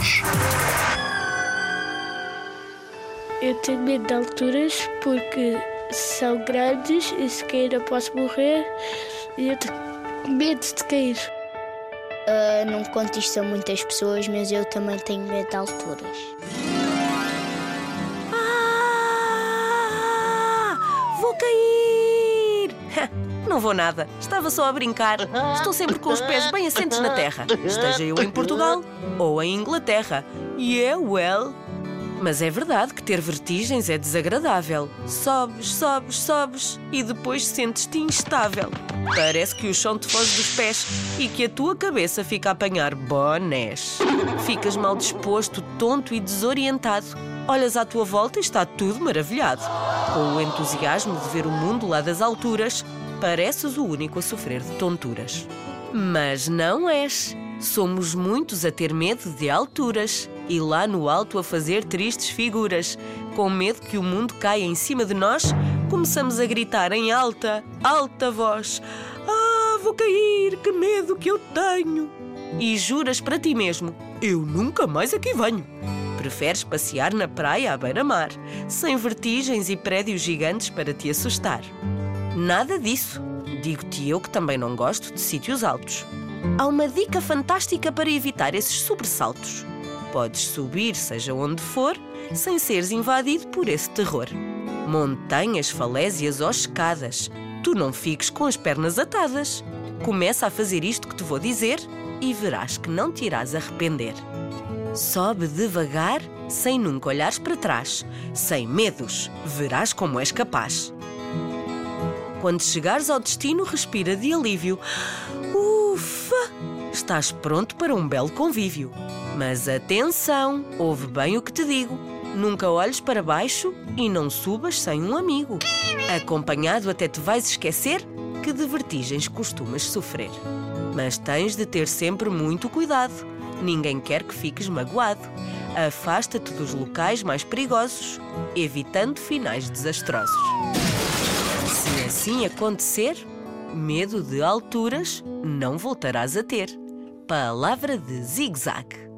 Vertiginosos. Eu tenho medo de alturas porque são grandes e se cair eu posso morrer e eu tenho medo de cair. Não conto isto a muitas pessoas, mas eu também tenho medo de alturas. Vou cair! Não vou nada, estava só a brincar. Estou sempre com os pés bem assentes na terra, esteja eu em Portugal ou em Inglaterra. Mas é verdade que ter vertigens é desagradável. Sobes, sobes, sobes e depois sentes-te instável. Parece que o chão te foge dos pés e que a tua cabeça fica a apanhar bonés. Ficas mal disposto, tonto e desorientado. Olhas à tua volta e está tudo maravilhado. Com o entusiasmo de ver o mundo lá das alturas, pareces o único a sofrer de tonturas. Mas não és. Somos muitos a ter medo de alturas e lá no alto a fazer tristes figuras. Com medo que o mundo caia em cima de nós, começamos a gritar em alta, alta voz: "Ah, vou cair, que medo que eu tenho!" E juras para ti mesmo: "Eu nunca mais aqui venho." Preferes passear na praia à beira-mar, sem vertigens e prédios gigantes para te assustar. Nada disso. Digo-te eu que também não gosto de sítios altos. Há uma dica fantástica para evitar esses sobressaltos. Podes subir, seja onde for, sem seres invadido por esse terror. Montanhas, falésias ou escadas, tu não fiques com as pernas atadas. Começa a fazer isto que te vou dizer e verás que não te irás arrepender. Sobe devagar, sem nunca olhares para trás. Sem medos, verás como és capaz. Quando chegares ao destino, respira de alívio. Ufa! Estás pronto para um belo convívio. Mas atenção, ouve bem o que te digo. Nunca olhes para baixo e não subas sem um amigo. Acompanhado até te vais esquecer que de vertigens costumas sofrer. Mas tens de ter sempre muito cuidado. Ninguém quer que fiques magoado. Afasta-te dos locais mais perigosos, evitando finais desastrosos. Se assim acontecer, medo de alturas não voltarás a ter. Palavra de Zig-Zag.